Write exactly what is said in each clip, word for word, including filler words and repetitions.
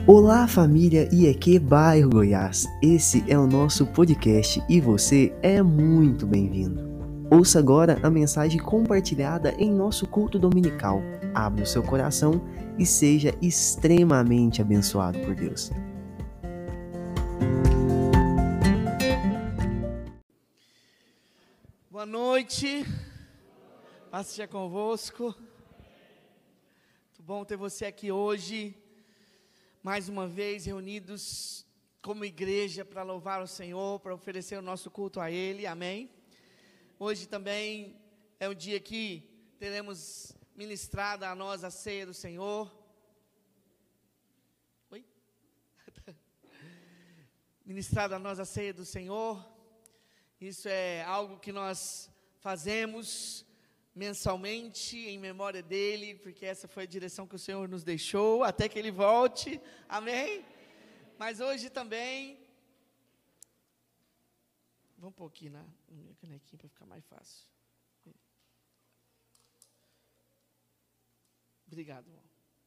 Olá família I E Q Bairro Goiás, esse é o nosso podcast e você é muito bem-vindo. Ouça agora a mensagem compartilhada em nosso culto dominical. Abra o seu coração e seja extremamente abençoado por Deus. Boa noite, paz seja convosco. Muito bom ter você aqui hoje, mais uma vez reunidos como igreja para louvar o Senhor, para oferecer o nosso culto a Ele, amém? Hoje também é um dia que teremos ministrado a nós a ceia do Senhor. Oi? Ministrado a nós a ceia do Senhor. Isso é algo que nós fazemos mensalmente em memória dele, porque essa foi a direção que o Senhor nos deixou, até que ele volte, amém? Mas hoje também, vamos pôr aqui na, na minha canequinha para ficar mais fácil. Obrigado, irmão.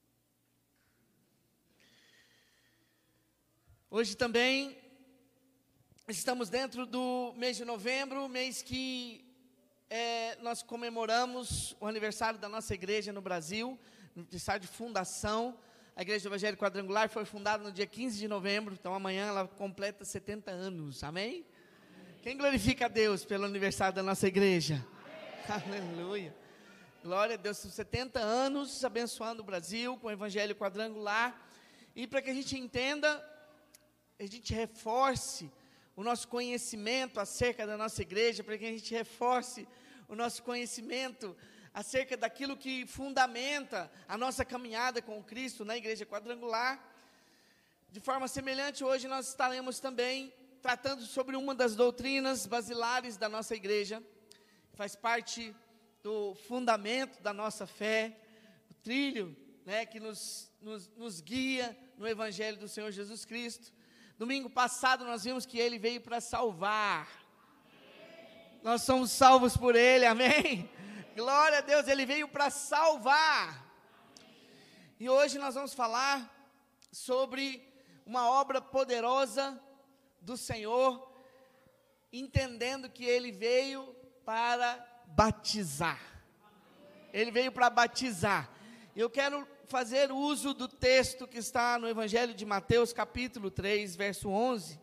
Hoje também estamos dentro do mês de novembro, mês que é, nós comemoramos o aniversário da nossa igreja no Brasil, no aniversário de fundação. A Igreja do Evangelho Quadrangular foi fundada no dia quinze de novembro, então amanhã ela completa setenta anos, amém? Quem glorifica a Deus pelo aniversário da nossa igreja? Aleluia! Glória a Deus, setenta anos abençoando o Brasil com o Evangelho Quadrangular. E para que a gente entenda, a gente reforce o nosso conhecimento acerca da nossa igreja, para que a gente reforce o nosso conhecimento acerca daquilo que fundamenta a nossa caminhada com Cristo na Igreja Quadrangular. De forma semelhante, hoje nós estaremos também tratando sobre uma das doutrinas basilares da nossa igreja, que faz parte do fundamento da nossa fé, o trilho, né, que nos, nos, nos guia no Evangelho do Senhor Jesus Cristo. Domingo passado nós vimos que Ele veio para salvar. Nós somos salvos por Ele, amém? Glória a Deus, Ele veio para salvar. E hoje nós vamos falar sobre uma obra poderosa do Senhor, entendendo que Ele veio para batizar. Ele veio para batizar. Eu quero fazer uso do texto que está no Evangelho de Mateus, capítulo três, verso onze.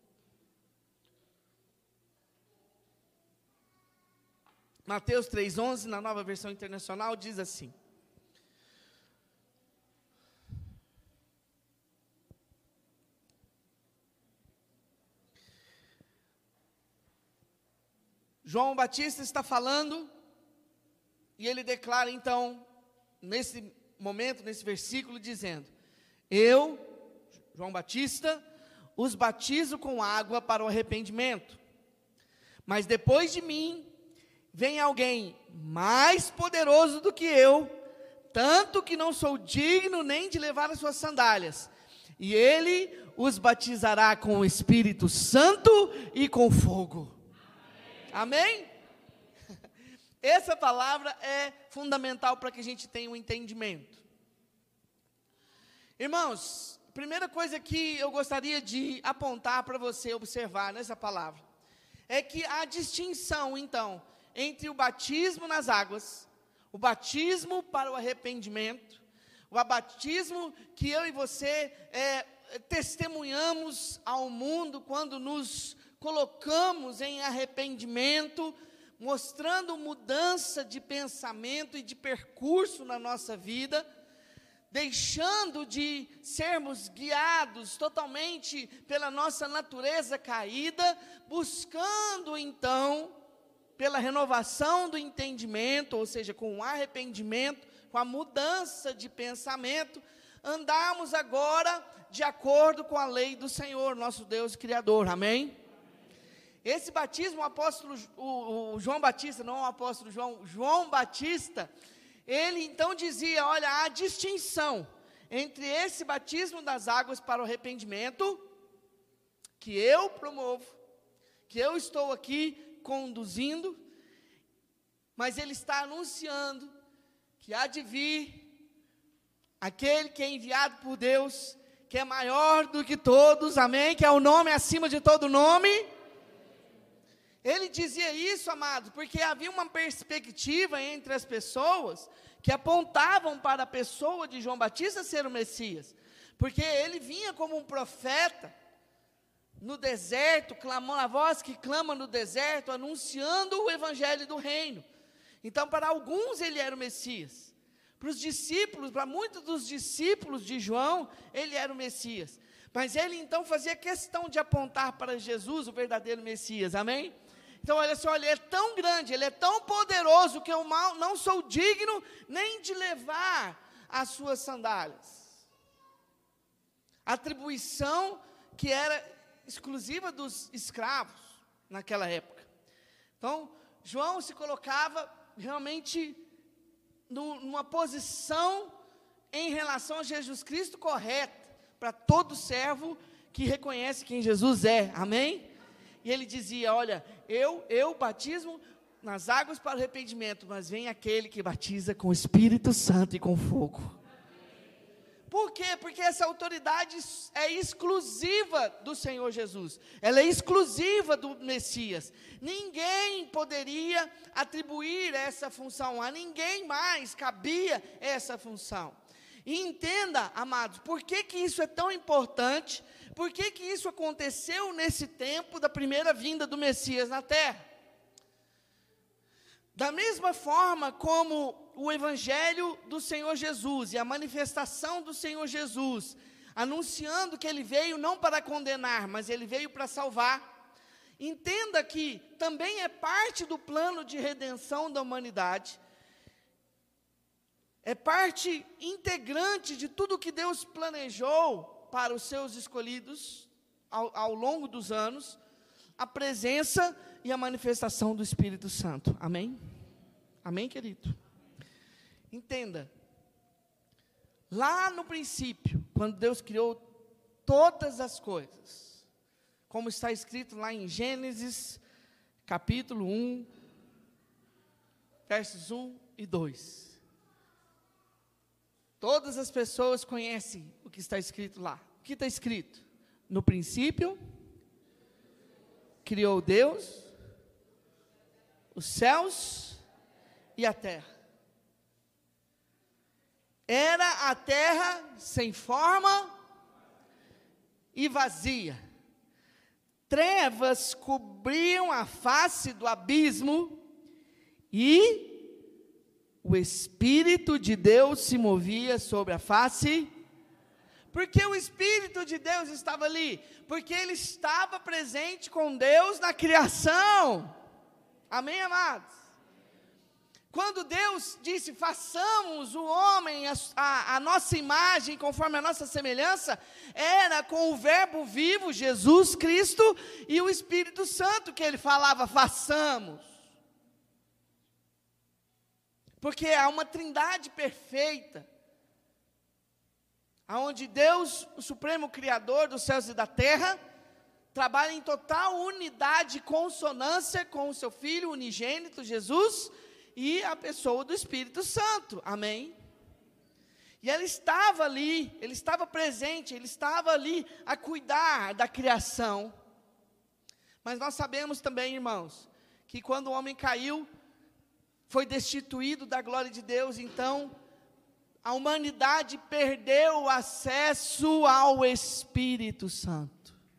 Mateus três, onze, na Nova Versão Internacional, diz assim: João Batista está falando, e ele declara então, nesse momento, nesse versículo, dizendo: eu, João Batista, os batizo com água para o arrependimento, mas depois de mim, vem alguém mais poderoso do que eu, tanto que não sou digno nem de levar as suas sandálias, e ele os batizará com o Espírito Santo e com fogo. Amém? Amém? Essa palavra é fundamental para que a gente tenha um entendimento. Irmãos, a primeira coisa que eu gostaria de apontar para você observar nessa palavra, é que a distinção, então, entre o batismo nas águas, o batismo para o arrependimento, o batismo que eu e você é, testemunhamos ao mundo quando nos colocamos em arrependimento, mostrando mudança de pensamento e de percurso na nossa vida, deixando de sermos guiados totalmente pela nossa natureza caída, buscando então, pela renovação do entendimento, ou seja, com o arrependimento, com a mudança de pensamento, andarmos agora de acordo com a lei do Senhor, nosso Deus Criador, amém? Esse batismo, o apóstolo, o, o João Batista, não o apóstolo João, João Batista, ele então dizia, olha, há distinção entre esse batismo das águas para o arrependimento, que eu promovo, que eu estou aqui conduzindo, mas ele está anunciando que há de vir aquele que é enviado por Deus, que é maior do que todos, amém? Que é o nome acima de todo nome. Ele dizia isso, amados, porque havia uma perspectiva entre as pessoas que apontavam para a pessoa de João Batista ser o Messias, porque ele vinha como um profeta no deserto, clamando a voz que clama no deserto, anunciando o evangelho do reino. Então, para alguns ele era o Messias, para os discípulos, para muitos dos discípulos de João, ele era o Messias, mas ele então fazia questão de apontar para Jesus, o verdadeiro Messias, amém? Então, olha só, ele é tão grande, ele é tão poderoso, que eu mal, não sou digno nem de levar as suas sandálias. Atribuição que era exclusiva dos escravos naquela época. Então, João se colocava realmente no, numa posição em relação a Jesus Cristo correta, para todo servo que reconhece quem Jesus é, amém? E ele dizia, olha, eu, eu batismo nas águas para o arrependimento, mas vem aquele que batiza com o Espírito Santo e com fogo. Por quê? Porque essa autoridade é exclusiva do Senhor Jesus, ela é exclusiva do Messias. Ninguém poderia atribuir essa função, a ninguém mais cabia essa função. E entenda, amados, por que que isso é tão importante? Por que que isso aconteceu nesse tempo da primeira vinda do Messias na terra? Da mesma forma como o evangelho do Senhor Jesus e a manifestação do Senhor Jesus, anunciando que ele veio não para condenar, mas ele veio para salvar. Entenda que também é parte do plano de redenção da humanidade, é parte integrante de tudo que Deus planejou para os seus escolhidos ao, ao longo dos anos, a presença e a manifestação do Espírito Santo, amém? Amém, querido? Entenda, lá no princípio, quando Deus criou todas as coisas, como está escrito lá em Gênesis, capítulo um, versos um e dois. Todas as pessoas conhecem o que está escrito lá. O que está escrito? No princípio, criou Deus os céus e a terra. Era a terra sem forma e vazia. Trevas cobriam a face do abismo e o Espírito de Deus se movia sobre a face. Porque o Espírito de Deus estava ali? Porque ele estava presente com Deus na criação. Amém, amados? Quando Deus disse, façamos o homem a, a, a nossa imagem, conforme a nossa semelhança, era com o verbo vivo, Jesus Cristo, e o Espírito Santo que ele falava, façamos. Porque há uma trindade perfeita, onde Deus, o Supremo Criador dos céus e da terra, trabalha em total unidade e consonância com o seu Filho unigênito, Jesus, e a pessoa do Espírito Santo, amém? E ele estava ali, ele estava presente, ele estava ali a cuidar da criação. Mas nós sabemos também, irmãos, que quando o homem caiu, foi destituído da glória de Deus, então a humanidade perdeu o acesso ao Espírito Santo.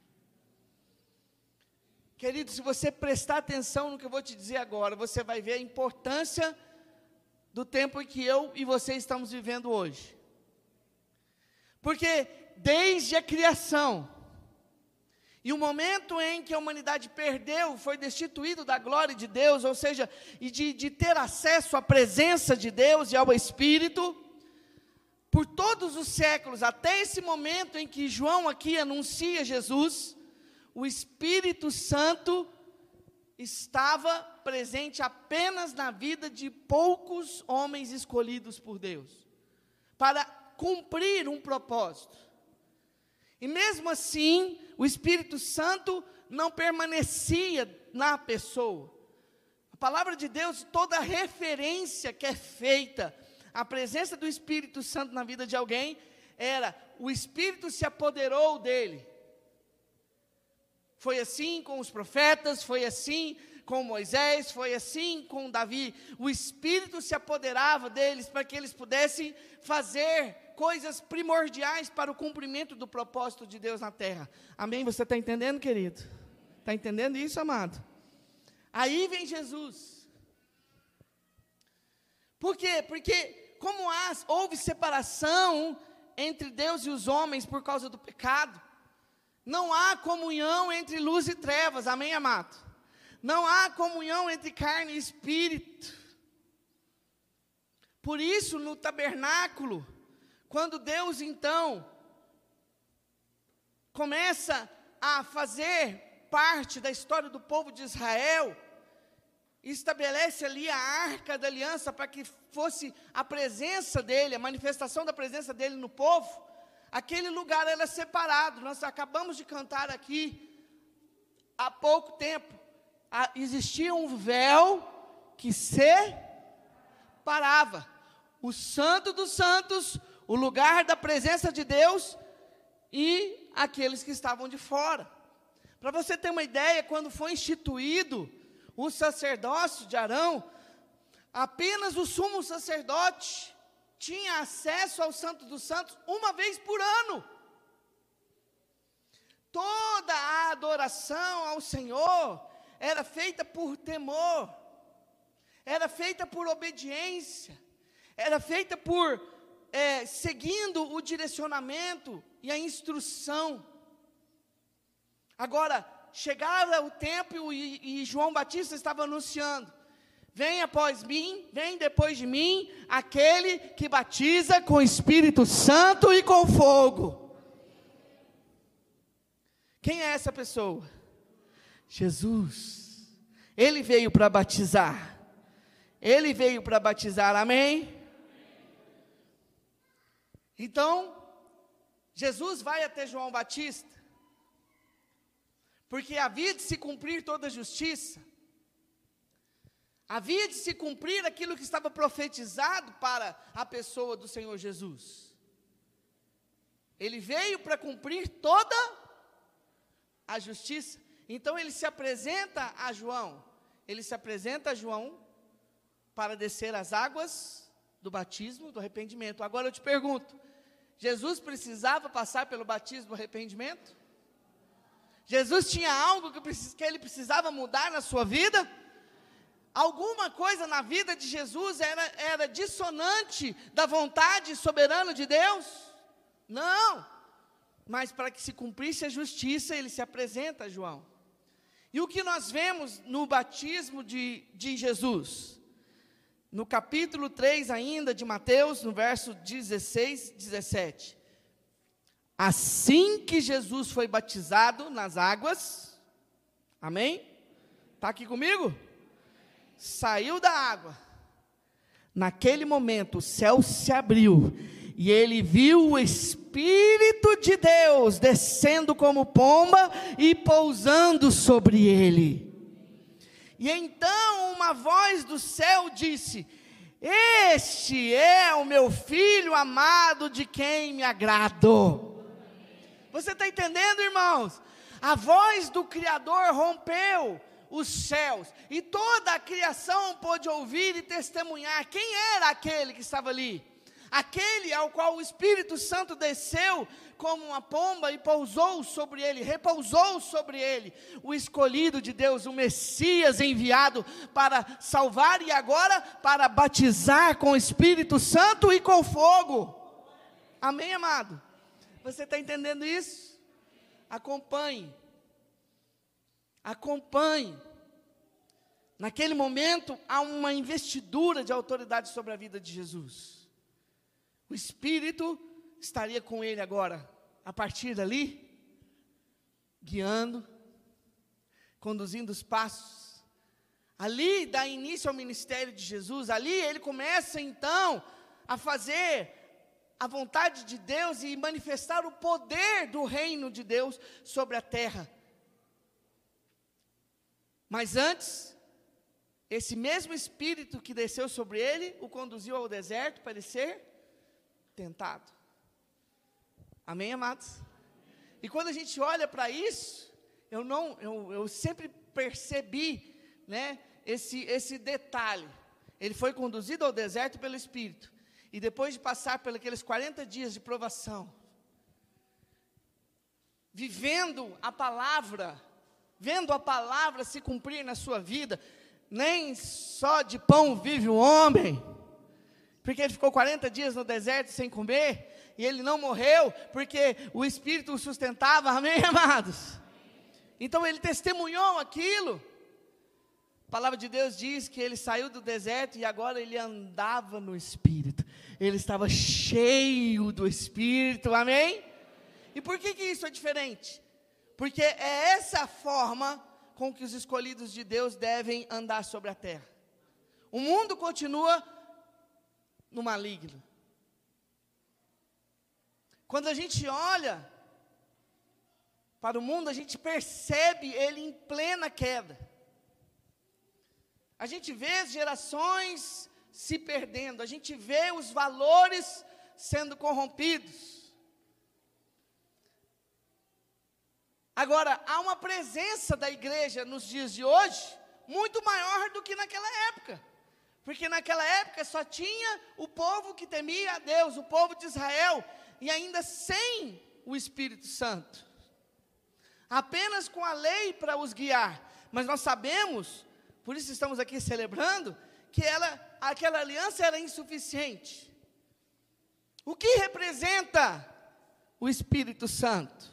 Querido, se você prestar atenção no que eu vou te dizer agora, você vai ver a importância do tempo em que eu e você estamos vivendo hoje. Porque desde a criação, e o momento em que a humanidade perdeu, foi destituído da glória de Deus, ou seja, e de, de ter acesso à presença de Deus e ao Espírito, por todos os séculos, até esse momento em que João aqui anuncia Jesus, o Espírito Santo estava presente apenas na vida de poucos homens escolhidos por Deus, para cumprir um propósito. E mesmo assim, o Espírito Santo não permanecia na pessoa. A palavra de Deus, toda referência que é feita à presença do Espírito Santo na vida de alguém, era, o Espírito se apoderou dele. Foi assim com os profetas, foi assim com Moisés, foi assim com Davi. O Espírito se apoderava deles para que eles pudessem fazer coisas primordiais para o cumprimento do propósito de Deus na terra. Amém? Você está entendendo, querido? Está entendendo isso, amado? Aí vem Jesus. Por quê? Porque como há, houve separação entre Deus e os homens por causa do pecado, não há comunhão entre luz e trevas. Amém, amado? Não há comunhão entre carne e espírito. Por isso, no tabernáculo, quando Deus, então, começa a fazer parte da história do povo de Israel, estabelece ali a arca da aliança para que fosse a presença dele, a manifestação da presença dele no povo, aquele lugar era separado. Nós acabamos de cantar aqui, há pouco tempo, a, existia um véu que separava o santo dos santos, o lugar da presença de Deus, e aqueles que estavam de fora. Para você ter uma ideia, quando foi instituído o sacerdócio de Arão, apenas o sumo sacerdote tinha acesso ao Santo dos Santos uma vez por ano. Toda a adoração ao Senhor era feita por temor, era feita por obediência, era feita por é, seguindo o direcionamento e a instrução. Agora, chegava o tempo e, e João Batista estava anunciando: vem após mim, vem depois de mim, aquele que batiza com o Espírito Santo e com fogo. Quem é essa pessoa? Jesus. Ele veio para batizar. Ele veio para batizar, amém? Então, Jesus vai até João Batista, porque havia de se cumprir toda a justiça, havia de se cumprir aquilo que estava profetizado para a pessoa do Senhor Jesus. Ele veio para cumprir toda a justiça. Então ele se apresenta a João, ele se apresenta a João para descer as águas do batismo, do arrependimento. Agora eu te pergunto, Jesus precisava passar pelo batismo do arrependimento? Jesus tinha algo que, que ele precisava mudar na sua vida? Alguma coisa na vida de Jesus era, era dissonante da vontade soberana de Deus? Não, mas para que se cumprisse a justiça, ele se apresenta a João. E o que nós vemos no batismo de, de Jesus? No capítulo três ainda de Mateus, no verso dezesseis, dezessete. Assim que Jesus foi batizado nas águas, amém? Está aqui comigo? Saiu da água. Naquele momento o céu se abriu e ele viu o Espírito de Deus descendo como pomba e pousando sobre ele. E então uma voz do céu disse: este é o meu filho amado, de quem me agrado. Você está entendendo, irmãos? A voz do Criador rompeu os céus, e toda a criação pôde ouvir e testemunhar quem era aquele que estava ali. Aquele ao qual o Espírito Santo desceu como uma pomba e pousou sobre ele, repousou sobre ele, o escolhido de Deus, o Messias enviado para salvar e agora para batizar com o Espírito Santo e com fogo. Amém, amado? Você está entendendo isso? Acompanhe. Acompanhe. Naquele momento, há uma investidura de autoridade sobre a vida de Jesus. O Espírito estaria com ele agora, a partir dali, guiando, conduzindo os passos. Ali dá início ao ministério de Jesus. Ali ele começa então a fazer a vontade de Deus e manifestar o poder do reino de Deus sobre a terra. Mas antes, esse mesmo Espírito que desceu sobre ele, o conduziu ao deserto para ele ser tentado. Amém, amados? E quando a gente olha para isso, eu, não, eu, eu sempre percebi, né, esse, esse detalhe. Ele foi conduzido ao deserto pelo Espírito. E depois de passar por aqueles quarenta dias de provação, vivendo a palavra, vendo a palavra se cumprir na sua vida, nem só de pão vive o homem, porque ele ficou quarenta dias no deserto sem comer, e ele não morreu, porque o Espírito o sustentava, amém, amados? Então ele testemunhou aquilo. A palavra de Deus diz que ele saiu do deserto e agora ele andava no Espírito, ele estava cheio do Espírito, amém? E por que que isso é diferente? Porque é essa forma com que os escolhidos de Deus devem andar sobre a terra. O mundo continua no maligno. Quando a gente olha para o mundo, a gente percebe ele em plena queda. A gente vê as gerações se perdendo, a gente vê os valores sendo corrompidos. Agora, há uma presença da igreja nos dias de hoje, muito maior do que naquela época. Porque naquela época só tinha o povo que temia a Deus, o povo de Israel, e ainda sem o Espírito Santo. Apenas com a lei para os guiar. Mas nós sabemos, por isso estamos aqui celebrando, que ela, aquela aliança era insuficiente. O que representa o Espírito Santo?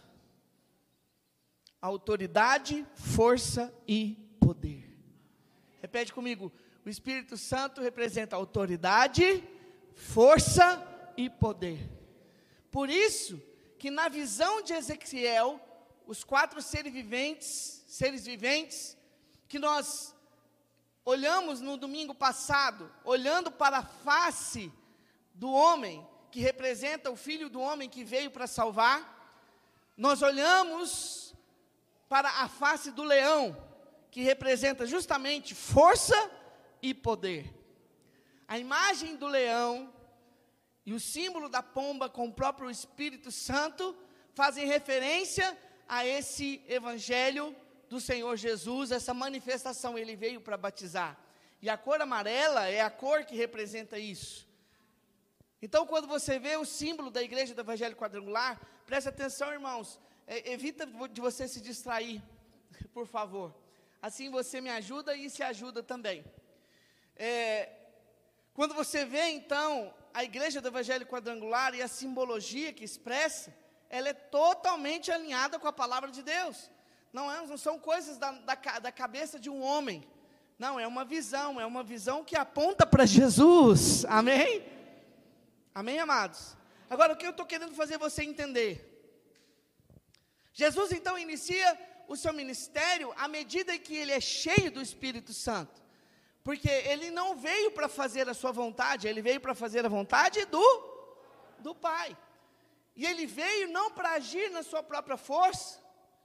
Autoridade, força e poder. Repete comigo. O Espírito Santo representa autoridade, força e poder. Por isso que na visão de Ezequiel, os quatro seres viventes, seres viventes, que nós olhamos no domingo passado, olhando para a face do homem, que representa o Filho do homem que veio para salvar, nós olhamos para a face do leão, que representa justamente força e poder. A imagem do leão e o símbolo da pomba com o próprio Espírito Santo fazem referência a esse evangelho do Senhor Jesus, essa manifestação. Ele veio para batizar. E a cor amarela é a cor que representa isso. Então, quando você vê o símbolo da igreja do Evangelho Quadrangular, preste atenção, irmãos. É, evita de você se distrair, por favor. Assim você me ajuda e se ajuda também. É, quando você vê, então, a igreja do Evangelho Quadrangular e a simbologia que expressa, ela é totalmente alinhada com a palavra de Deus. Não, é, não são coisas da, da, da cabeça de um homem. Não, é uma visão, é uma visão que aponta para Jesus. Amém? Amém, amados? Agora, o que eu estou querendo fazer você entender? Jesus, então, inicia o seu ministério à medida que ele é cheio do Espírito Santo. Porque ele não veio para fazer a sua vontade, ele veio para fazer a vontade do, do Pai. E ele veio não para agir na sua própria força,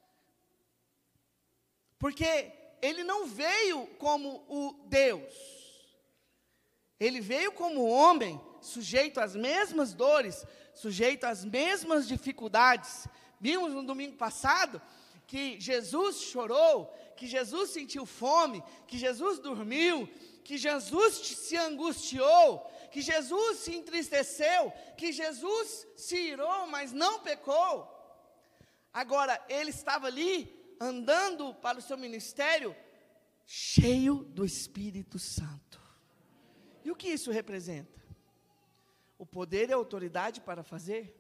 porque ele não veio como o Deus. Ele veio como homem, sujeito às mesmas dores, sujeito às mesmas dificuldades. Vimos no domingo passado que Jesus chorou, que Jesus sentiu fome, que Jesus dormiu, que Jesus se angustiou, que Jesus se entristeceu, que Jesus se irou, mas não pecou. Agora, ele estava ali, andando para o seu ministério, cheio do Espírito Santo. E o que isso representa? O poder e a autoridade para fazer.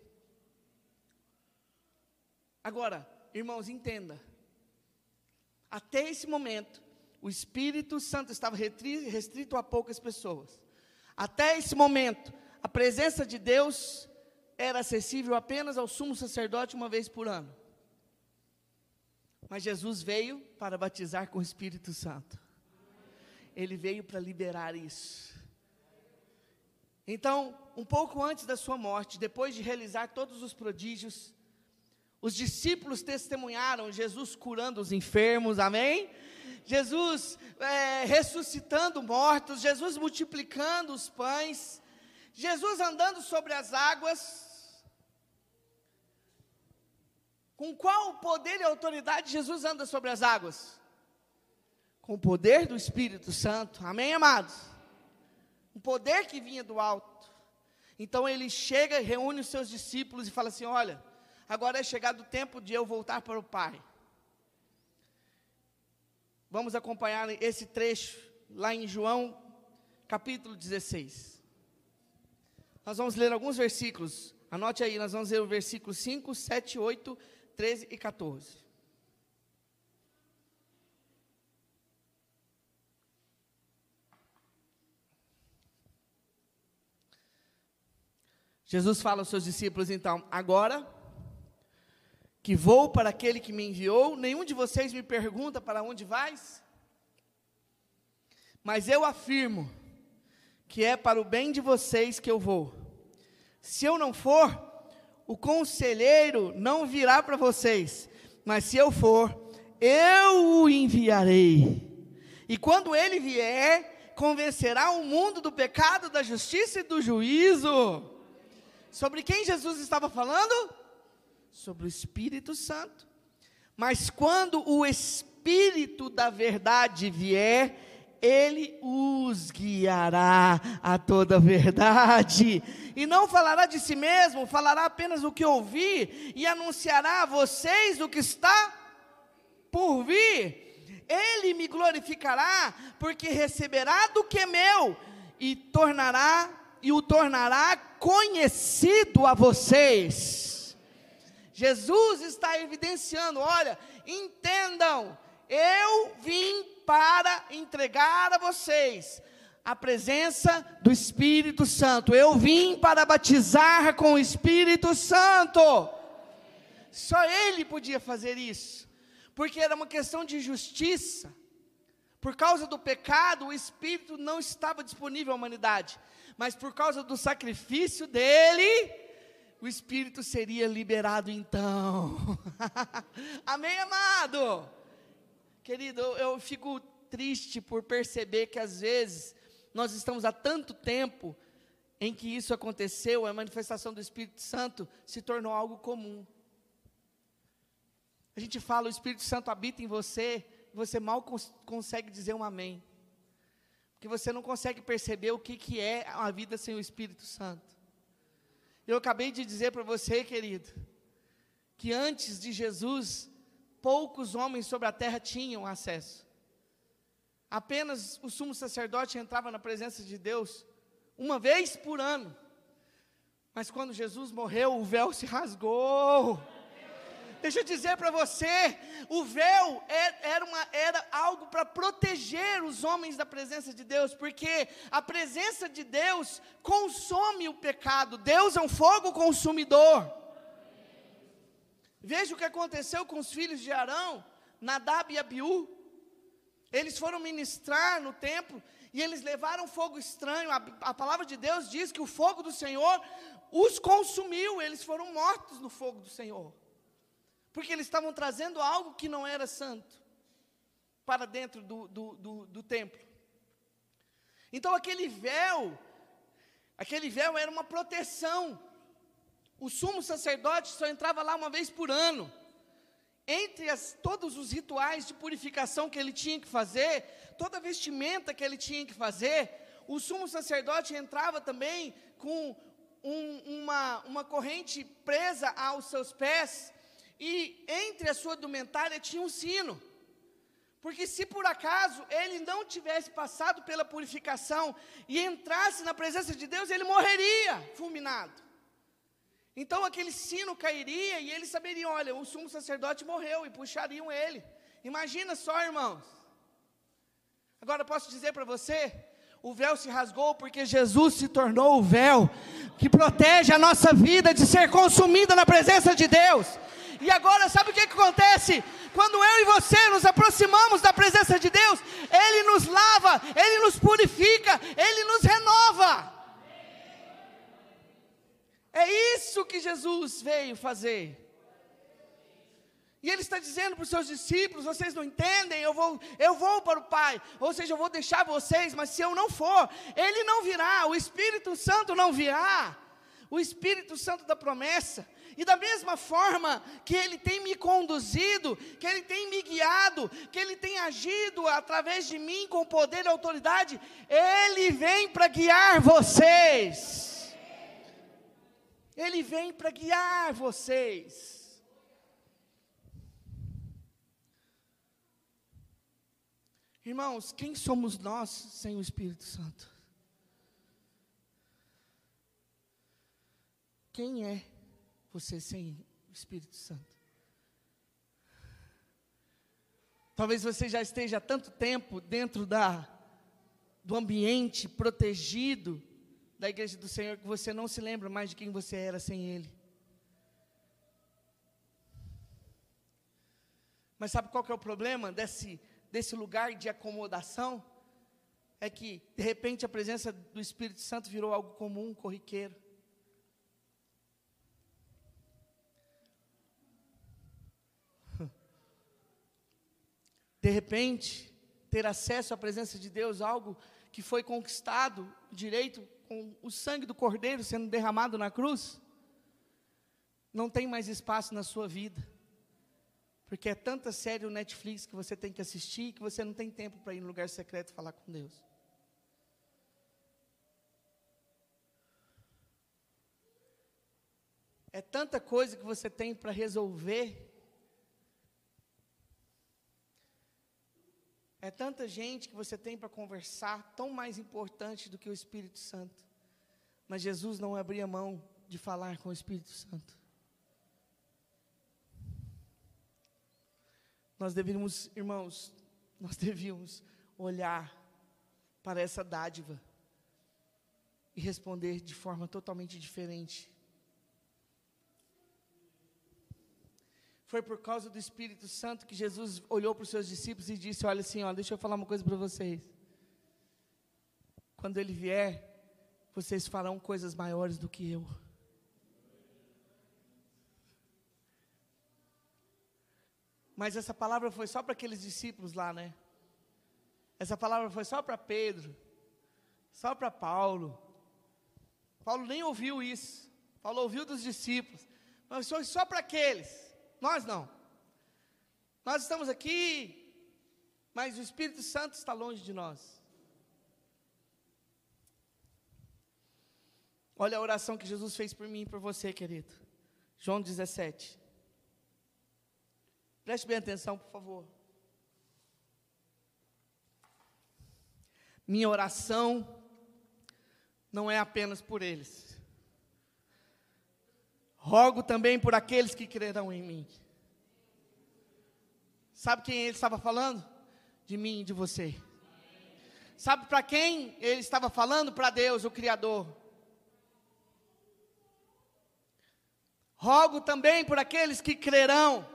Agora, irmãos, entenda. Até esse momento, o Espírito Santo estava restrito a poucas pessoas. Até esse momento, a presença de Deus era acessível apenas ao sumo sacerdote uma vez por ano. Mas Jesus veio para batizar com o Espírito Santo. Ele veio para liberar isso. Então, um pouco antes da sua morte, depois de realizar todos os prodígios, os discípulos testemunharam Jesus curando os enfermos, amém? Jesus é, ressuscitando mortos, Jesus multiplicando os pães, Jesus andando sobre as águas. Com qual poder e autoridade Jesus anda sobre as águas? Com o poder do Espírito Santo. Amém, amados? Um poder que vinha do alto. Então ele chega e reúne os seus discípulos e fala assim: olha, agora é chegado o tempo de eu voltar para o Pai. Vamos acompanhar esse trecho lá em João, capítulo dezesseis. Nós vamos ler alguns versículos. Anote aí, nós vamos ler o versículo cinco, sete, oito, treze e quatorze. Jesus fala aos seus discípulos, então: agora que vou para aquele que me enviou, nenhum de vocês me pergunta para onde vais? Mas eu afirmo que é para o bem de vocês que eu vou. Se eu não for, o conselheiro não virá para vocês, mas se eu for, eu o enviarei. E quando ele vier, convencerá o mundo do pecado, da justiça e do juízo. Sobre quem Jesus estava falando? Sobre o Espírito Santo. Mas quando o Espírito da verdade vier, ele os guiará a toda a verdade, e não falará de si mesmo, falará apenas o que ouvir, e anunciará a vocês o que está por vir. Ele me glorificará, porque receberá do que é meu, e tornará, e o tornará conhecido a vocês. Jesus está evidenciando: olha, entendam, eu vim para entregar a vocês a presença do Espírito Santo. Eu vim para batizar com o Espírito Santo. Só Ele podia fazer isso, porque era uma questão de justiça. Por causa do pecado, o Espírito não estava disponível à humanidade, mas por causa do sacrifício dele, o Espírito seria liberado então. Amém, amado? Querido, eu, eu fico triste por perceber que às vezes nós estamos há tanto tempo em que isso aconteceu, a manifestação do Espírito Santo se tornou algo comum. A gente fala: o Espírito Santo habita em você, e você mal cons- consegue dizer um amém, porque você não consegue perceber o que, que é a vida sem o Espírito Santo. Eu acabei de dizer para você, querido, que antes de Jesus, poucos homens sobre a terra tinham acesso. Apenas o sumo sacerdote entrava na presença de Deus uma vez por ano. Mas quando Jesus morreu, o véu se rasgou. Deixa eu dizer para você, o véu era, uma, era algo para proteger os homens da presença de Deus, porque a presença de Deus consome o pecado. Deus é um fogo consumidor. Veja o que aconteceu com os filhos de Arão, Nadab e Abiú. Eles foram ministrar no templo e eles levaram fogo estranho. A, a palavra de Deus diz que o fogo do Senhor os consumiu. Eles foram mortos no fogo do Senhor, porque eles estavam trazendo algo que não era santo para dentro do, do, do, do templo. Então aquele véu, aquele véu era uma proteção. O sumo sacerdote só entrava lá uma vez por ano. Entre as, todos os rituais de purificação que ele tinha que fazer, toda a vestimenta que ele tinha que fazer, o sumo sacerdote entrava também com um, uma, uma corrente presa aos seus pés, e entre a sua indumentária tinha um sino, porque se por acaso ele não tivesse passado pela purificação e entrasse na presença de Deus, ele morreria fulminado. Então aquele sino cairia e eles saberiam: olha, o sumo sacerdote morreu, e puxariam ele. Imagina só, irmãos. Agora posso dizer para você, o véu se rasgou porque Jesus se tornou o véu que protege a nossa vida de ser consumida na presença de Deus. E agora sabe o que, que acontece? Quando eu e você nos aproximamos da presença de Deus, Ele nos lava, Ele nos purifica, Ele nos renova. É isso que Jesus veio fazer. E Ele está dizendo para os seus discípulos: vocês não entendem, eu vou, eu vou para o Pai, ou seja, eu vou deixar vocês, mas se eu não for, Ele não virá, o Espírito Santo não virá. o Espírito Santo da promessa, e da mesma forma que Ele tem me conduzido, que Ele tem me guiado, que Ele tem agido através de mim com poder e autoridade, Ele vem para guiar vocês. Ele vem para guiar vocês. Irmãos, quem somos nós sem o Espírito Santo? Quem é você sem o Espírito Santo? Talvez você já esteja há tanto tempo dentro da, do ambiente protegido da igreja do Senhor, que você não se lembra mais de quem você era sem Ele. Mas sabe qual que é o problema desse, desse lugar de acomodação? É que, de repente, a presença do Espírito Santo virou algo comum, corriqueiro. De repente, ter acesso à presença de Deus, algo que foi conquistado, direito, com o sangue do Cordeiro sendo derramado na cruz, não tem mais espaço na sua vida, porque é tanta série no Netflix que você tem que assistir, que você não tem tempo para ir no lugar secreto falar com Deus. É tanta coisa que você tem para resolver, é tanta gente que você tem para conversar, tão mais importante do que o Espírito Santo. Mas Jesus não abria mão de falar com o Espírito Santo. Nós deveríamos, irmãos, nós devíamos olhar para essa dádiva e responder de forma totalmente diferente. Foi por causa do Espírito Santo que Jesus olhou para os seus discípulos e disse: olha assim, ó, deixa eu falar uma coisa para vocês. Quando Ele vier, vocês farão coisas maiores do que eu. Mas essa palavra foi só para aqueles discípulos lá, né? Essa palavra foi só para Pedro, só para Paulo. Paulo nem ouviu isso. Paulo ouviu dos discípulos, mas foi só para aqueles. Nós não. Nós estamos aqui, mas o Espírito Santo está longe de nós. Olha a oração que Jesus fez por mim e por você, querido. João dezessete. Preste bem atenção, por favor. Minha oração não é apenas por eles. Rogo também por aqueles que crerão em mim. Sabe quem ele estava falando? De mim e de você. Sabe para quem ele estava falando? Para Deus, o Criador. Rogo também por aqueles que crerão.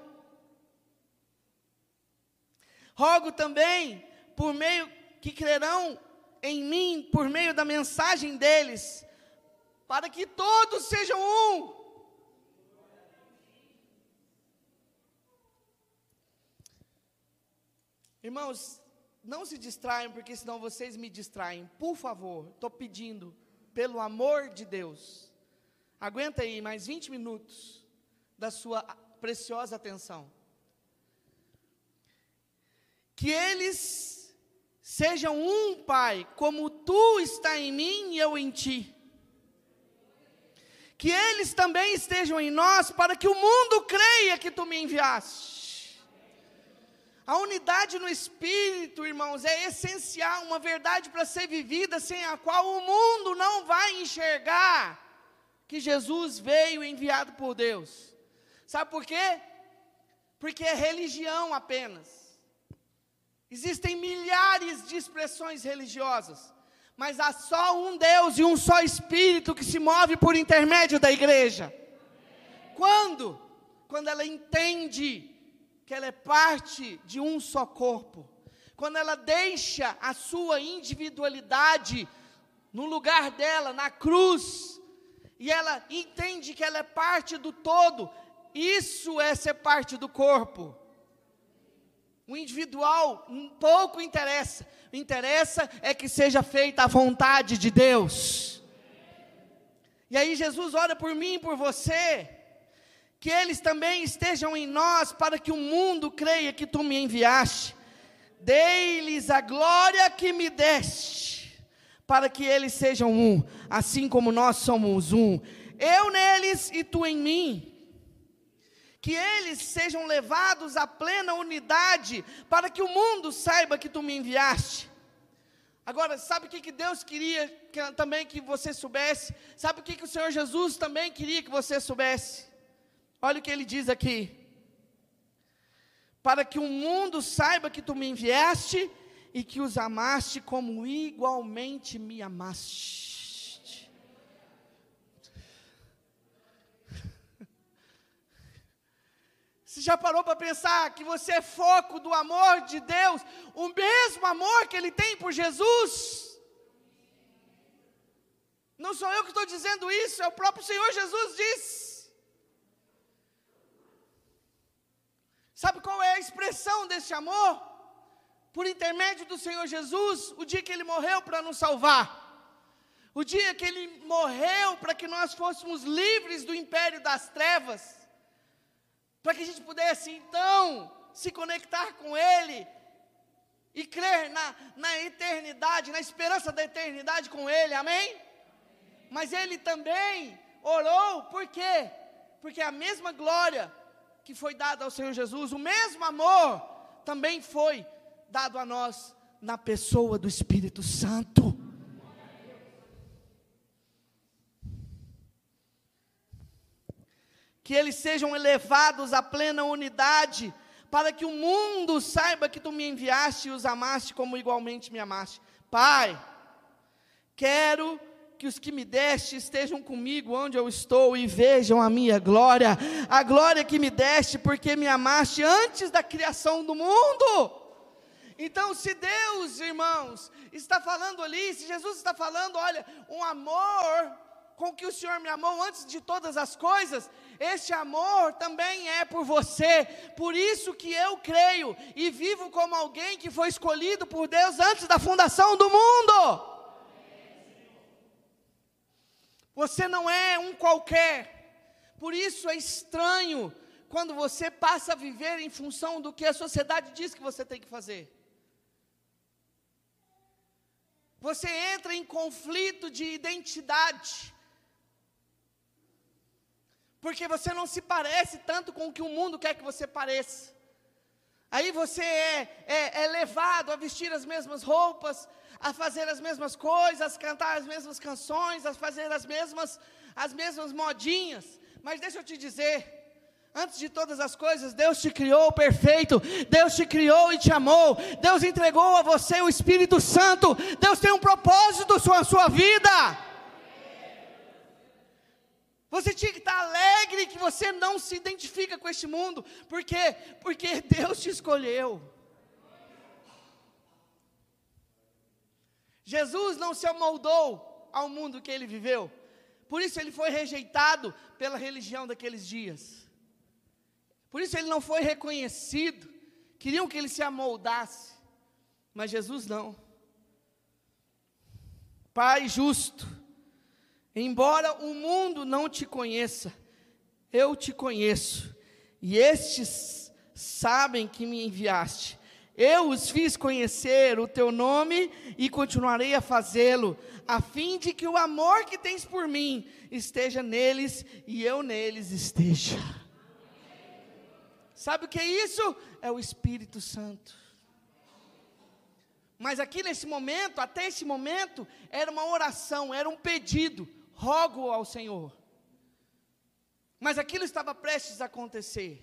Rogo também por meio que crerão em mim, por meio da mensagem deles, para que todos sejam um. Irmãos, não se distraiam, porque senão vocês me distraem. Por favor, estou pedindo, pelo amor de Deus, aguenta aí mais vinte minutos da sua preciosa atenção. Que eles sejam um, Pai, como Tu está em mim e eu em Ti. Que eles também estejam em nós, para que o mundo creia que Tu me enviaste. A unidade no Espírito, irmãos, é essencial, uma verdade para ser vivida, sem a qual o mundo não vai enxergar que Jesus veio enviado por Deus. Sabe por quê? Porque é religião apenas. Existem milhares de expressões religiosas, mas há só um Deus e um só Espírito que se move por intermédio da igreja. Quando? Quando ela entende que ela é parte de um só corpo, quando ela deixa a sua individualidade no lugar dela, na cruz, e ela entende que ela é parte do todo, isso é ser parte do corpo. O individual pouco interessa, o que interessa é que seja feita a vontade de Deus. E aí Jesus ora por mim e por você, que eles também estejam em nós, para que o mundo creia que tu me enviaste. Dei-lhes a glória que me deste, para que eles sejam um, assim como nós somos um. Eu neles e tu em mim. Que eles sejam levados à plena unidade, para que o mundo saiba que tu me enviaste. Agora, sabe o que, que Deus queria que, também que você soubesse? Sabe o que, que o Senhor Jesus também queria que você soubesse? Olha o que ele diz aqui. Para que o mundo saiba que tu me enviaste e que os amaste como igualmente me amaste. Você já parou para pensar que você é foco do amor de Deus, o mesmo amor que Ele tem por Jesus? Não sou eu que estou dizendo isso, é o próprio Senhor Jesus diz. Sabe qual é a expressão desse amor? Por intermédio do Senhor Jesus, o dia que Ele morreu para nos salvar. O dia que Ele morreu para que nós fôssemos livres do império das trevas. Para que a gente pudesse então se conectar com Ele e crer na, na eternidade, na esperança da eternidade com Ele, amém? Mas Ele também orou, por quê? Porque a mesma glória que foi dada ao Senhor Jesus, o mesmo amor, também foi dado a nós na pessoa do Espírito Santo. Que eles sejam elevados à plena unidade, para que o mundo saiba que tu me enviaste e os amaste como igualmente me amaste. Pai, quero que os que me deste estejam comigo onde eu estou e vejam a minha glória, a glória que me deste, porque me amaste antes da criação do mundo. Então, se Deus, irmãos, está falando ali, se Jesus está falando, olha, um amor com que o Senhor me amou antes de todas as coisas, este amor também é por você. Por isso que eu creio e vivo como alguém que foi escolhido por Deus antes da fundação do mundo. Você não é um qualquer. Por isso é estranho quando você passa a viver em função do que a sociedade diz que você tem que fazer. Você entra em conflito de identidade, porque você não se parece tanto com o que o mundo quer que você pareça. Aí você é, é, é levado a vestir as mesmas roupas, a fazer as mesmas coisas, a cantar as mesmas canções, a fazer as mesmas, as mesmas modinhas. Mas deixa eu te dizer, antes de todas as coisas, Deus te criou perfeito, Deus te criou e te amou, Deus entregou a você o Espírito Santo, Deus tem um propósito na sua, sua vida. Você tinha que estar alegre que você não se identifica com este mundo. Por quê? Porque Deus te escolheu. Jesus não se amoldou ao mundo que ele viveu. Por isso ele foi rejeitado pela religião daqueles dias. Por isso ele não foi reconhecido. Queriam que ele se amoldasse. Mas Jesus não. Pai justo, embora o mundo não te conheça, eu te conheço, e estes sabem que me enviaste. Eu os fiz conhecer o teu nome e continuarei a fazê-lo, a fim de que o amor que tens por mim esteja neles e eu neles esteja. Sabe o que é isso? É o Espírito Santo. Mas aqui nesse momento, até esse momento, era uma oração, era um pedido. Rogo ao Senhor. Mas aquilo estava prestes a acontecer.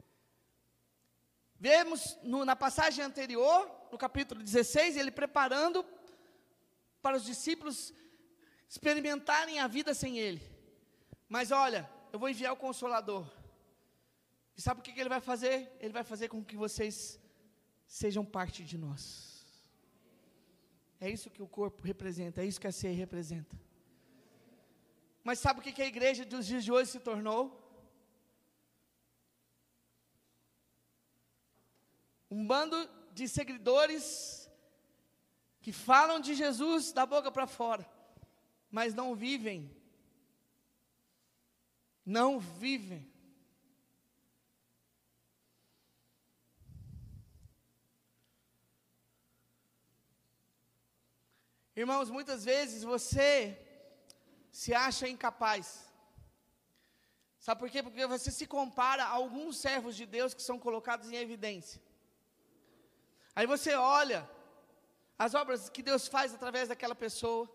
Vemos no, na passagem anterior, no capítulo dezesseis, ele preparando para os discípulos experimentarem a vida sem ele. Mas olha, eu vou enviar o Consolador. E sabe o que, que ele vai fazer? Ele vai fazer com que vocês sejam parte de nós. É isso que o corpo representa, é isso que a ceia representa. Mas sabe o que, que a igreja dos dias de hoje se tornou? Um bando de seguidores que falam de Jesus da boca para fora, mas não vivem não vivem. Irmãos, muitas vezes você se acha incapaz. Sabe por quê? Porque você se compara a alguns servos de Deus que são colocados em evidência. Aí você olha as obras que Deus faz através daquela pessoa.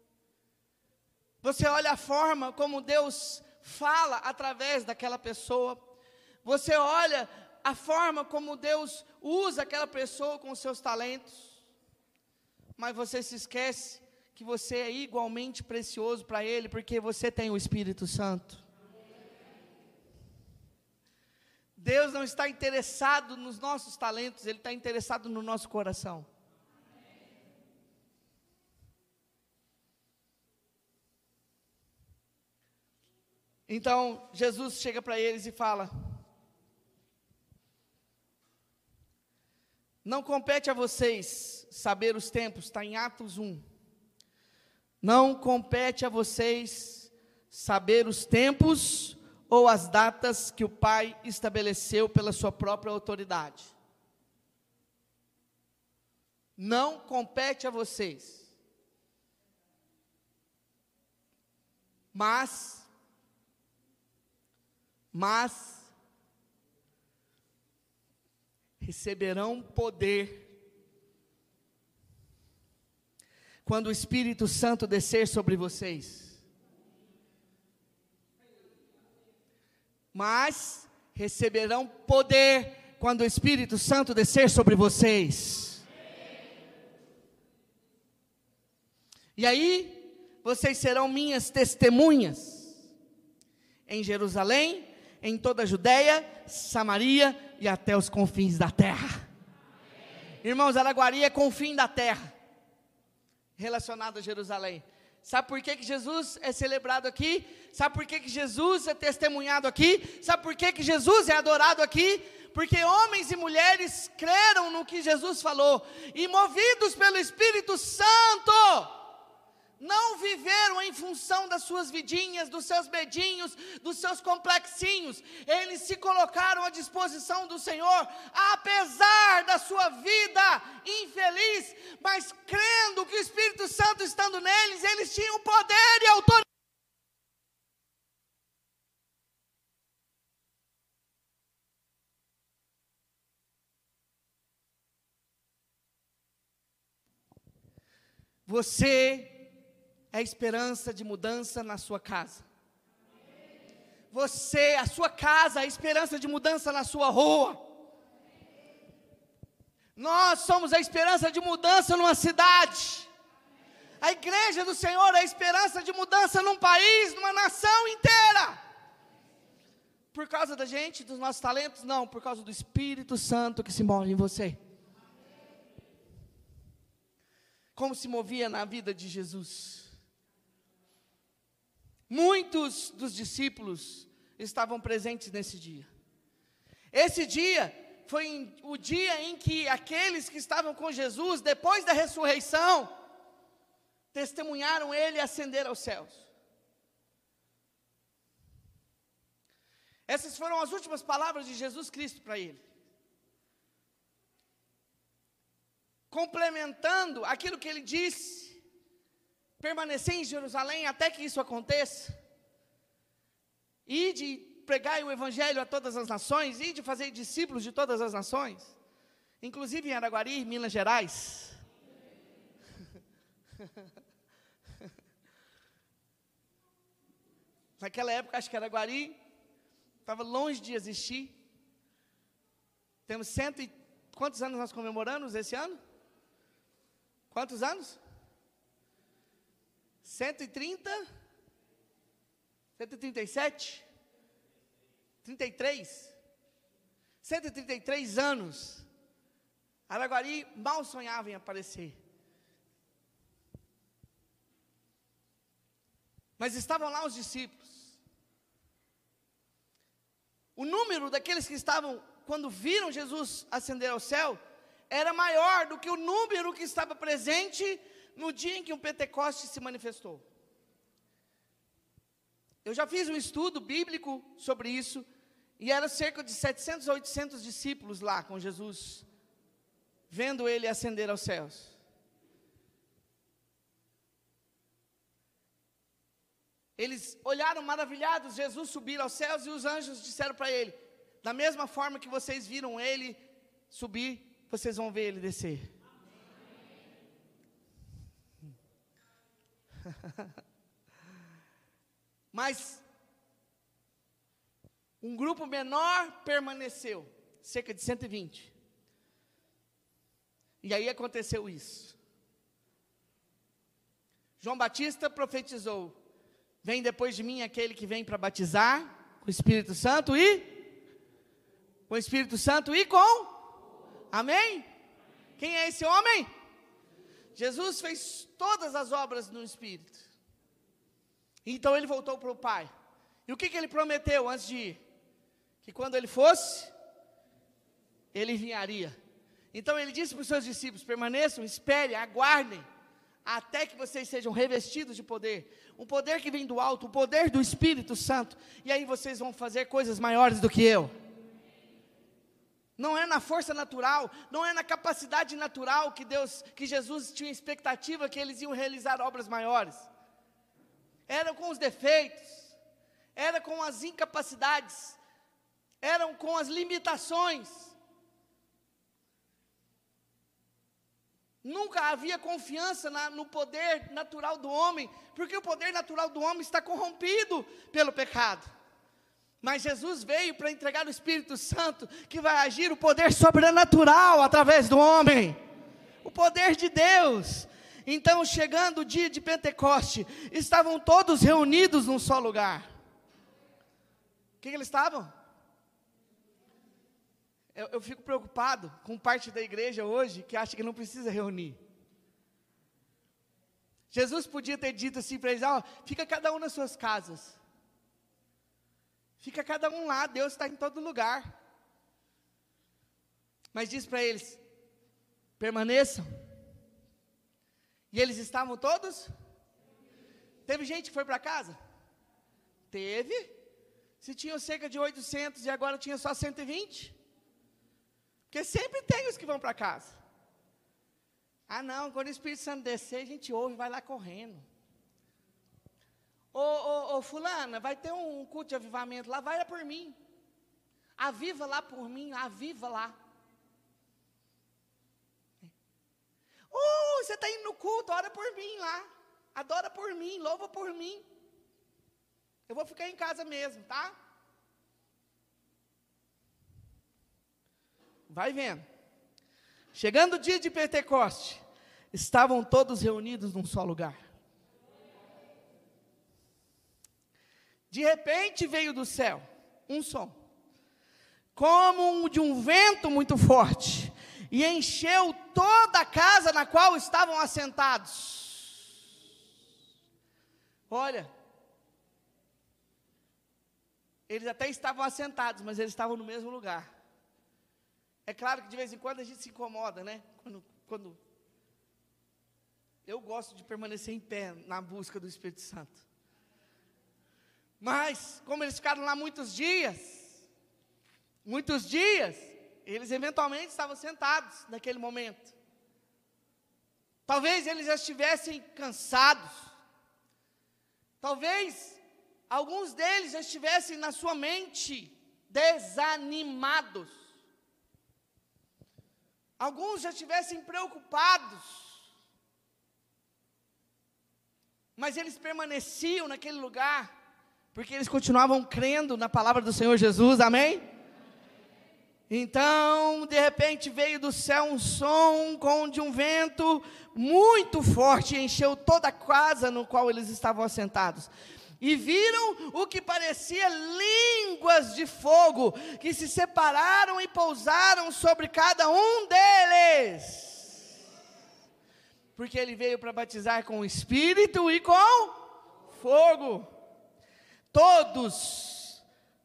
Você olha a forma como Deus fala através daquela pessoa. Você olha a forma como Deus usa aquela pessoa com os seus talentos. Mas você se esquece que você é igualmente precioso para Ele, porque você tem o Espírito Santo. Deus não está interessado nos nossos talentos, Ele está interessado no nosso coração. Então, Jesus chega para eles e fala: não compete a vocês saber os tempos, está em Atos um. Não compete a vocês saber os tempos ou as datas que o Pai estabeleceu pela sua própria autoridade. Não compete a vocês. Mas, mas, receberão poder quando o Espírito Santo descer sobre vocês. Mas receberão poder quando o Espírito Santo descer sobre vocês. E aí, vocês serão minhas testemunhas em Jerusalém, em toda a Judéia, Samaria e até os confins da terra. Irmãos, Araguari é confim da terra, relacionado a Jerusalém. Sabe por que que Jesus é celebrado aqui? Sabe por que que Jesus é testemunhado aqui? Sabe por que que Jesus é adorado aqui? Porque homens e mulheres creram no que Jesus falou, e movidos pelo Espírito Santo, não viveram em função das suas vidinhas, dos seus medinhos, dos seus complexinhos. Eles se colocaram à disposição do Senhor, apesar da sua vida infeliz, mas crendo que o Espírito Santo estando neles, eles tinham poder e autoridade. Você é a esperança de mudança na sua casa. Você, a sua casa, é a esperança de mudança na sua rua. Nós somos a esperança de mudança numa cidade. A igreja do Senhor é a esperança de mudança num país, numa nação inteira. Por causa da gente, dos nossos talentos? Não, por causa do Espírito Santo que se move em você. Como se movia na vida de Jesus. Muitos dos discípulos estavam presentes nesse dia. Esse dia foi o dia em que aqueles que estavam com Jesus, depois da ressurreição, testemunharam Ele ascender aos céus. Essas foram as últimas palavras de Jesus Cristo para ele. Complementando aquilo que ele disse: permanecer em Jerusalém até que isso aconteça, e de pregar o Evangelho a todas as nações, e de fazer discípulos de todas as nações, inclusive em Araguari, Minas Gerais. Naquela época, acho que Araguari estava longe de existir. Temos cento e... Quantos anos nós comemoramos esse ano? Quantos anos? cento e trinta? cento e trinta e sete? trinta e três? cento e trinta e três anos. Araguari mal sonhava em aparecer. Mas estavam lá os discípulos. O número daqueles que estavam, quando viram Jesus ascender ao céu, era maior do que o número que estava presente no dia em que o Pentecostes se manifestou. Eu já fiz um estudo bíblico sobre isso, e era cerca de setecentos a oitocentos discípulos lá com Jesus, vendo ele ascender aos céus. Eles olharam maravilhados Jesus subir aos céus, e os anjos disseram para ele: da mesma forma que vocês viram ele subir, vocês vão ver ele descer. Mas um grupo menor permaneceu, cerca de cento e vinte. E aí aconteceu isso. João Batista profetizou: vem depois de mim aquele que vem para batizar com o Espírito Santo e com o Espírito Santo e com amém? Quem é esse homem? Jesus fez todas as obras no Espírito. Então ele voltou para o Pai. E o que, que ele prometeu antes de ir? Que quando ele fosse, ele enviaria. Então ele disse para os seus discípulos: permaneçam, esperem, aguardem, até que vocês sejam revestidos de poder. Um poder que vem do alto, o poder do Espírito Santo. E aí vocês vão fazer coisas maiores do que eu. Não é na força natural, não é na capacidade natural que Deus, que Jesus tinha expectativa que eles iam realizar obras maiores. Era com os defeitos, era com as incapacidades, eram com as limitações. Nunca havia confiança na, no poder natural do homem, porque o poder natural do homem está corrompido pelo pecado. Mas Jesus veio para entregar o Espírito Santo, que vai agir o poder sobrenatural através do homem, o poder de Deus. Então, chegando o dia de Pentecoste, estavam todos reunidos num só lugar. O que, que eles estavam? Eu, eu fico preocupado com parte da igreja hoje que acha que não precisa reunir. Jesus podia ter dito assim para eles: ó, fica cada um nas suas casas. Fica cada um lá, Deus está em todo lugar. Mas diz para eles: permaneçam. E eles estavam todos? Teve gente que foi para casa? Teve. Se tinham cerca de oitocentos e agora tinha só cento e vinte. Porque sempre tem os que vão para casa. Ah não, quando o Espírito Santo descer, a gente ouve e vai lá correndo. Ô, ô, ô fulana, vai ter um culto de avivamento lá, vai lá por mim. Aviva lá por mim, aviva lá. Uh, você está indo no culto, ora por mim lá. Adora por mim, louva por mim. Eu vou ficar em casa mesmo, tá? Vai vendo. Chegando o dia de Pentecoste, estavam todos reunidos num só lugar. De repente veio do céu um som, como de um vento muito forte, e encheu toda a casa na qual estavam assentados. Olha, eles até estavam assentados, mas eles estavam no mesmo lugar. É claro que de vez em quando a gente se incomoda, né? Quando, quando eu gosto de permanecer em pé na busca do Espírito Santo. Mas, como eles ficaram lá muitos dias, muitos dias, eles eventualmente estavam sentados naquele momento. Talvez eles já estivessem cansados. Talvez alguns deles já estivessem na sua mente desanimados. Alguns já estivessem preocupados. Mas eles permaneciam naquele lugar, porque eles continuavam crendo na palavra do Senhor Jesus, amém? Então, de repente veio do céu um som como de um vento muito forte, encheu toda a casa no qual eles estavam assentados. E viram o que parecia línguas de fogo, que se separaram e pousaram sobre cada um deles. Porque ele veio para batizar com o Espírito e com fogo. Todos,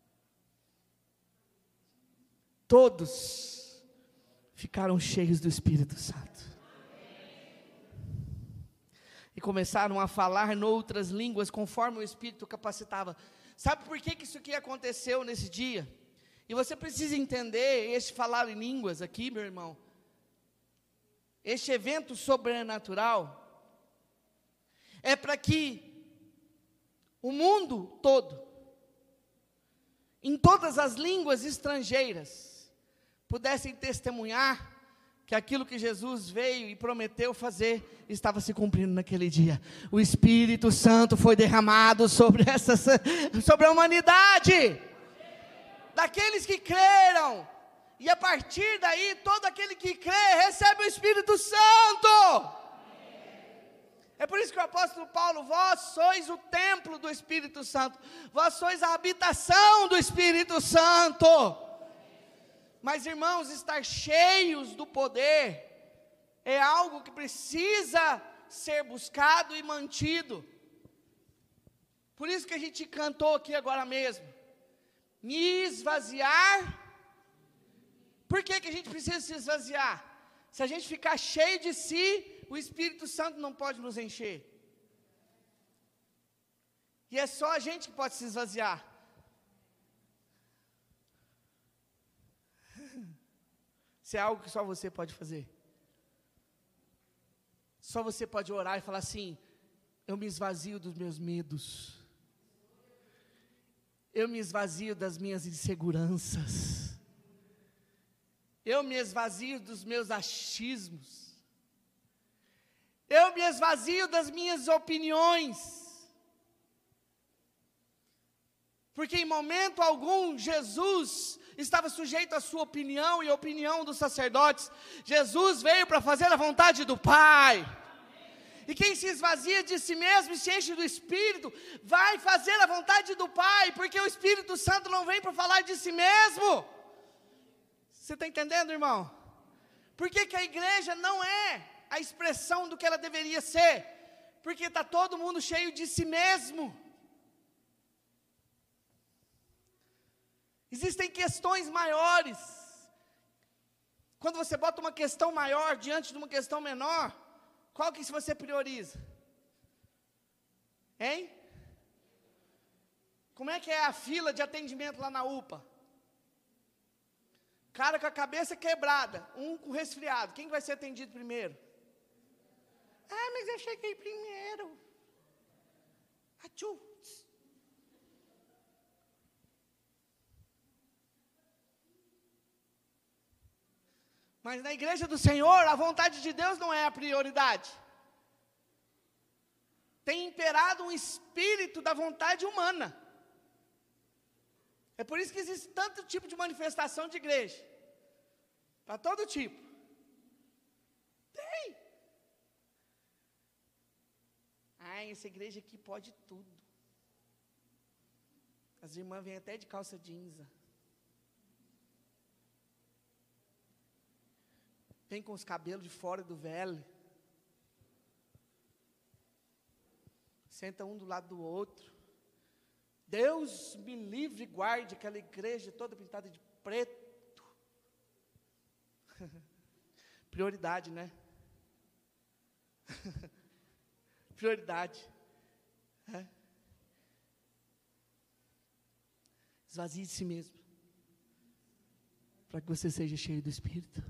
todos ficaram cheios do Espírito Santo. e começaram a falar noutras línguas, conforme o Espírito capacitava. Sabe por que, que isso aqui aconteceu nesse dia? E você precisa entender, este falar em línguas aqui, meu irmão, este evento sobrenatural, é para que o mundo todo, em todas as línguas estrangeiras, pudessem testemunhar que aquilo que Jesus veio e prometeu fazer, estava se cumprindo naquele dia. O Espírito Santo foi derramado sobre, essa, sobre a humanidade, daqueles que creram, e a partir daí, todo aquele que crê, recebe o Espírito Santo. É por isso que o apóstolo Paulo, vós sois o templo do Espírito Santo, vós sois a habitação do Espírito Santo. Mas, irmãos, estar cheios do poder é algo que precisa ser buscado e mantido. Por isso que a gente cantou aqui agora mesmo, me esvaziar. Por que que a gente precisa se esvaziar? Se a gente ficar cheio de si, o Espírito Santo não pode nos encher. E é só a gente que pode se esvaziar. Isso é algo que só você pode fazer. Só você pode orar e falar assim: eu me esvazio dos meus medos. Eu me esvazio das minhas inseguranças. Eu me esvazio dos meus achismos. Eu me esvazio das minhas opiniões. Porque em momento algum Jesus estava sujeito à sua opinião e à opinião dos sacerdotes. Jesus veio para fazer a vontade do Pai. E quem se esvazia de si mesmo e se enche do Espírito, vai fazer a vontade do Pai, porque o Espírito Santo não vem para falar de si mesmo. Você está entendendo, irmão? Por que que a igreja não é a expressão do que ela deveria ser? Porque está todo mundo cheio de si mesmo. Existem questões maiores. Quando você bota uma questão maior diante de uma questão menor, qual que você prioriza? Hein? Como é que é a fila de atendimento lá na U P A? Cara com a cabeça quebrada, um com resfriado, quem vai ser atendido primeiro? Ah, mas eu cheguei primeiro. Achou. Mas na igreja do Senhor, a vontade de Deus não é a prioridade. Tem imperado um espírito da vontade humana. É por isso que existe tanto tipo de manifestação de igreja. Para todo tipo. Tem. Ah, essa igreja aqui pode tudo. As irmãs vêm até de calça jeans. Vem com os cabelos de fora do véu. Senta um do lado do outro. Deus me livre e guarde aquela igreja toda pintada de preto. Prioridade, né? Prioridade. É. Esvazie de si mesmo, para que você seja cheio do Espírito.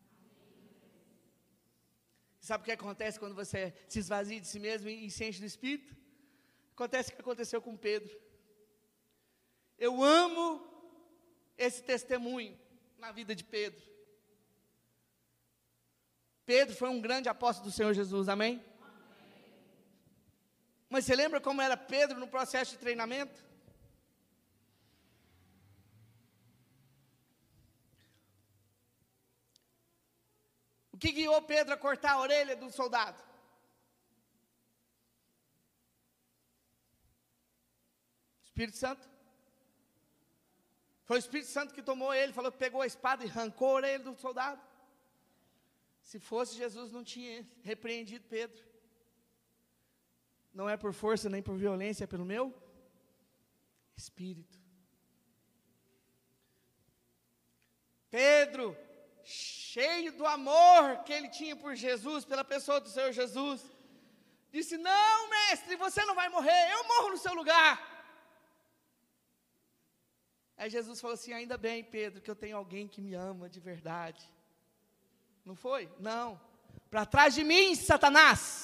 Sabe o que acontece quando você se esvazia de si mesmo e se enche do Espírito? Acontece o que aconteceu com Pedro. Eu amo esse testemunho na vida de Pedro. Pedro foi um grande apóstolo do Senhor Jesus, amém? Amém. Mas você lembra como era Pedro no processo de treinamento? O que guiou Pedro a cortar a orelha do soldado? Espírito Santo. Foi o Espírito Santo que tomou ele, falou que pegou a espada e arrancou a orelha do soldado. Se fosse Jesus, não tinha repreendido Pedro. Não é por força nem por violência, é pelo meu Espírito. Pedro, cheio do amor que ele tinha por Jesus, pela pessoa do Senhor Jesus, disse: não, mestre, você não vai morrer, eu morro no seu lugar. Aí Jesus falou assim: ainda bem, Pedro, que eu tenho alguém que me ama de verdade. Não foi? Não. Para trás de mim, Satanás.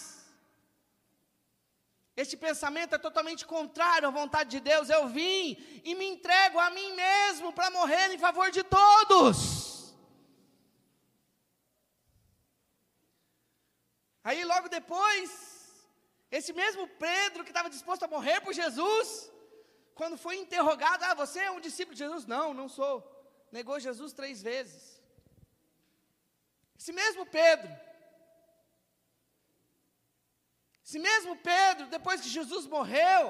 Este pensamento é totalmente contrário à vontade de Deus. Eu vim e me entrego a mim mesmo para morrer em favor de todos. Aí logo depois, esse mesmo Pedro que estava disposto a morrer por Jesus, quando foi interrogado: ah, você é um discípulo de Jesus? Não, não sou. Negou Jesus três vezes. Esse mesmo Pedro, esse mesmo Pedro, depois que Jesus morreu,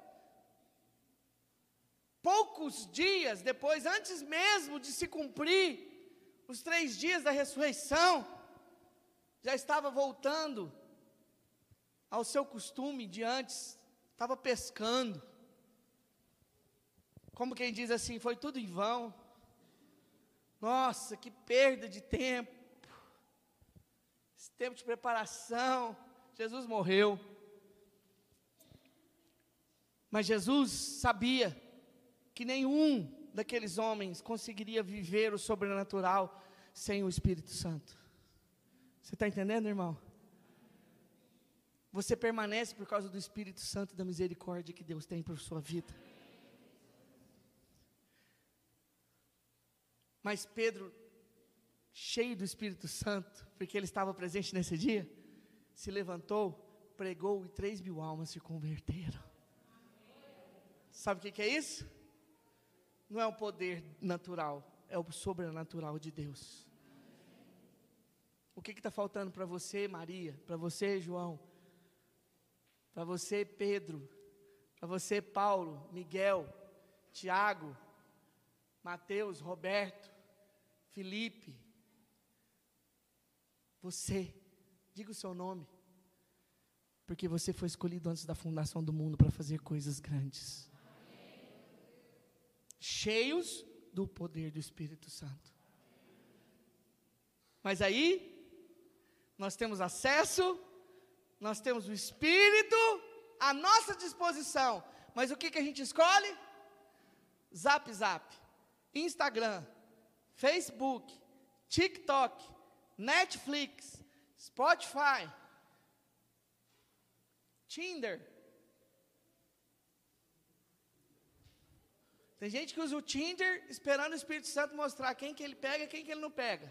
poucos dias depois, antes mesmo de se cumprir os três dias da ressurreição, já estava voltando ao seu costume de antes, estava pescando. Como quem diz assim: foi tudo em vão. Nossa, que perda de tempo. Esse tempo de preparação. Jesus morreu. Mas Jesus sabia que nenhum daqueles homens conseguiria viver o sobrenatural sem o Espírito Santo. Você está entendendo, irmão? Você permanece por causa do Espírito Santo e da misericórdia que Deus tem por sua vida. Mas Pedro, cheio do Espírito Santo, porque ele estava presente nesse dia, se levantou, pregou e três mil almas se converteram. Sabe o que, que é isso? Não é um poder natural, é o sobrenatural de Deus. O que está faltando para você, Maria? Para você, João? Para você, Pedro? Para você, Paulo, Miguel, Tiago, Mateus, Roberto, Felipe? Você. Diga o seu nome, porque você foi escolhido antes da fundação do mundo para fazer coisas grandes. Amém. Cheios do poder do Espírito Santo. Mas aí, nós temos acesso, nós temos o Espírito à nossa disposição. Mas o que, que a gente escolhe? Zap Zap, Instagram, Facebook, TikTok, Netflix, Spotify, Tinder. Tem gente que usa o Tinder esperando o Espírito Santo mostrar quem que ele pega e quem que ele não pega.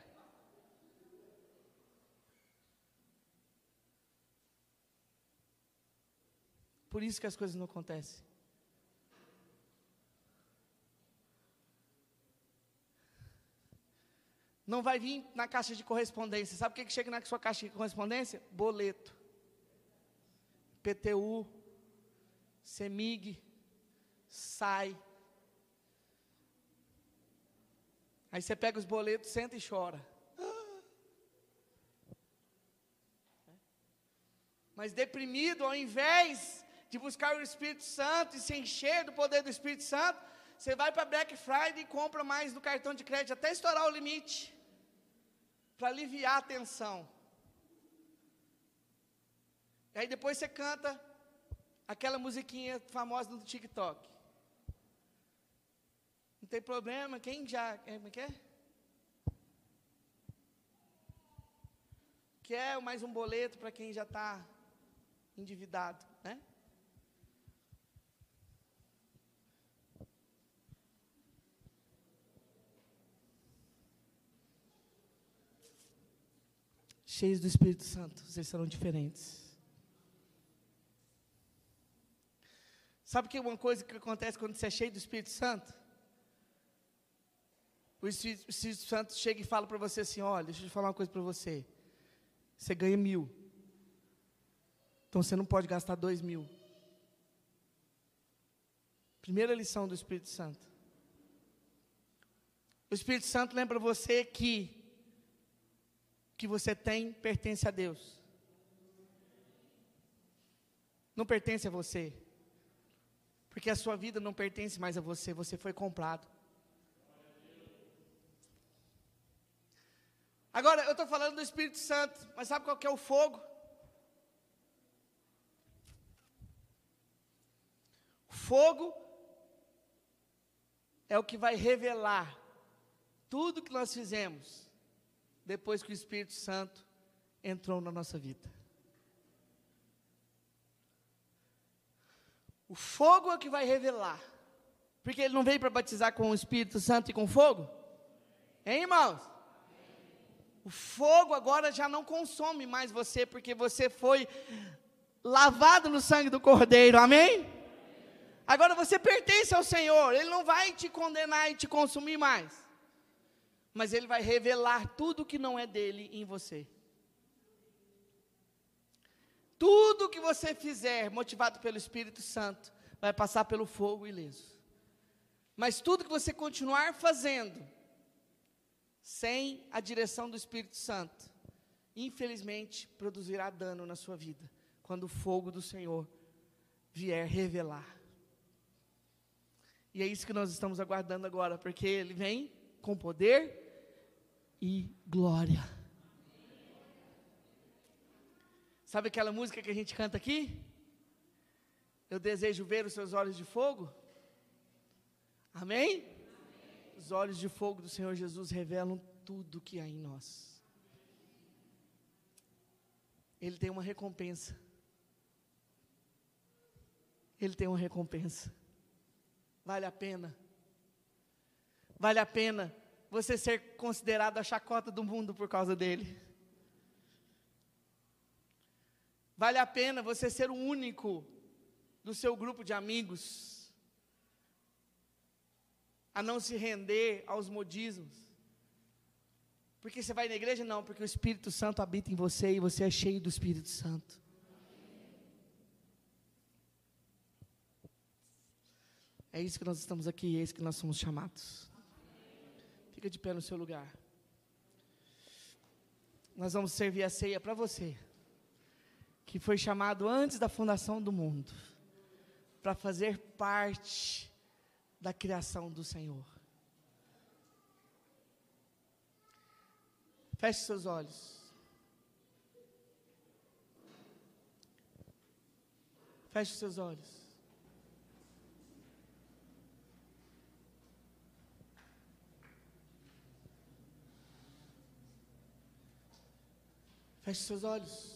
Por isso que as coisas não acontecem. Não vai vir na caixa de correspondência. Sabe o que, que chega na sua caixa de correspondência? Boleto. P T U. CEMIG. S A I. Aí você pega os boletos, senta e chora. Mas deprimido, ao invés de buscar o Espírito Santo e se encher do poder do Espírito Santo, você vai para Black Friday e compra mais no cartão de crédito, até estourar o limite, para aliviar a tensão. E aí depois você canta aquela musiquinha famosa do TikTok. Não tem problema, quem já... Como é que é? Quer mais um boleto para quem já está endividado, né? Cheios do Espírito Santo, vocês serão diferentes. Sabe que uma coisa que acontece quando você é cheio do Espírito Santo? O Espírito, o Espírito Santo chega e fala para você assim: olha, deixa eu falar uma coisa para você. Você ganha mil. Então você não pode gastar dois mil. Primeira lição do Espírito Santo. O Espírito Santo lembra você que que você tem pertence a Deus. Não pertence a você. Porque a sua vida não pertence mais a você, você foi comprado. Agora, eu estou falando do Espírito Santo, mas sabe qual que é o fogo? fogo é o que vai revelar tudo que nós fizemos depois que o Espírito Santo entrou na nossa vida. O fogo é o que vai revelar. Porque ele não veio para batizar com o Espírito Santo e com fogo? Hein, irmãos? O fogo agora já não consome mais você, porque você foi lavado no sangue do Cordeiro, amém? Agora você pertence ao Senhor, Ele não vai te condenar e te consumir mais, mas Ele vai revelar tudo que não é dele em você. Tudo que você fizer, motivado pelo Espírito Santo, vai passar pelo fogo ileso. Mas tudo que você continuar fazendo, sem a direção do Espírito Santo, infelizmente, produzirá dano na sua vida, quando o fogo do Senhor vier revelar. E é isso que nós estamos aguardando agora, porque Ele vem com poder e glória. Sabe aquela música que a gente canta aqui? Eu desejo ver os seus olhos de fogo. Amém? Amém? Os olhos de fogo do Senhor Jesus revelam tudo que há em nós. Ele tem uma recompensa. Ele tem uma recompensa. Vale a pena. Vale a pena você ser considerado a chacota do mundo por causa dele. Vale a pena você ser o único do seu grupo de amigos a não se render aos modismos. Porque você vai na igreja? Não, porque o Espírito Santo habita em você e você é cheio do Espírito Santo. É isso que nós estamos aqui, é isso que nós somos chamados. Fica de pé no seu lugar. Nós vamos servir a ceia para você, que foi chamado antes da fundação do mundo, para fazer parte da criação do Senhor. Feche seus olhos. Feche seus olhos. Feche seus olhos.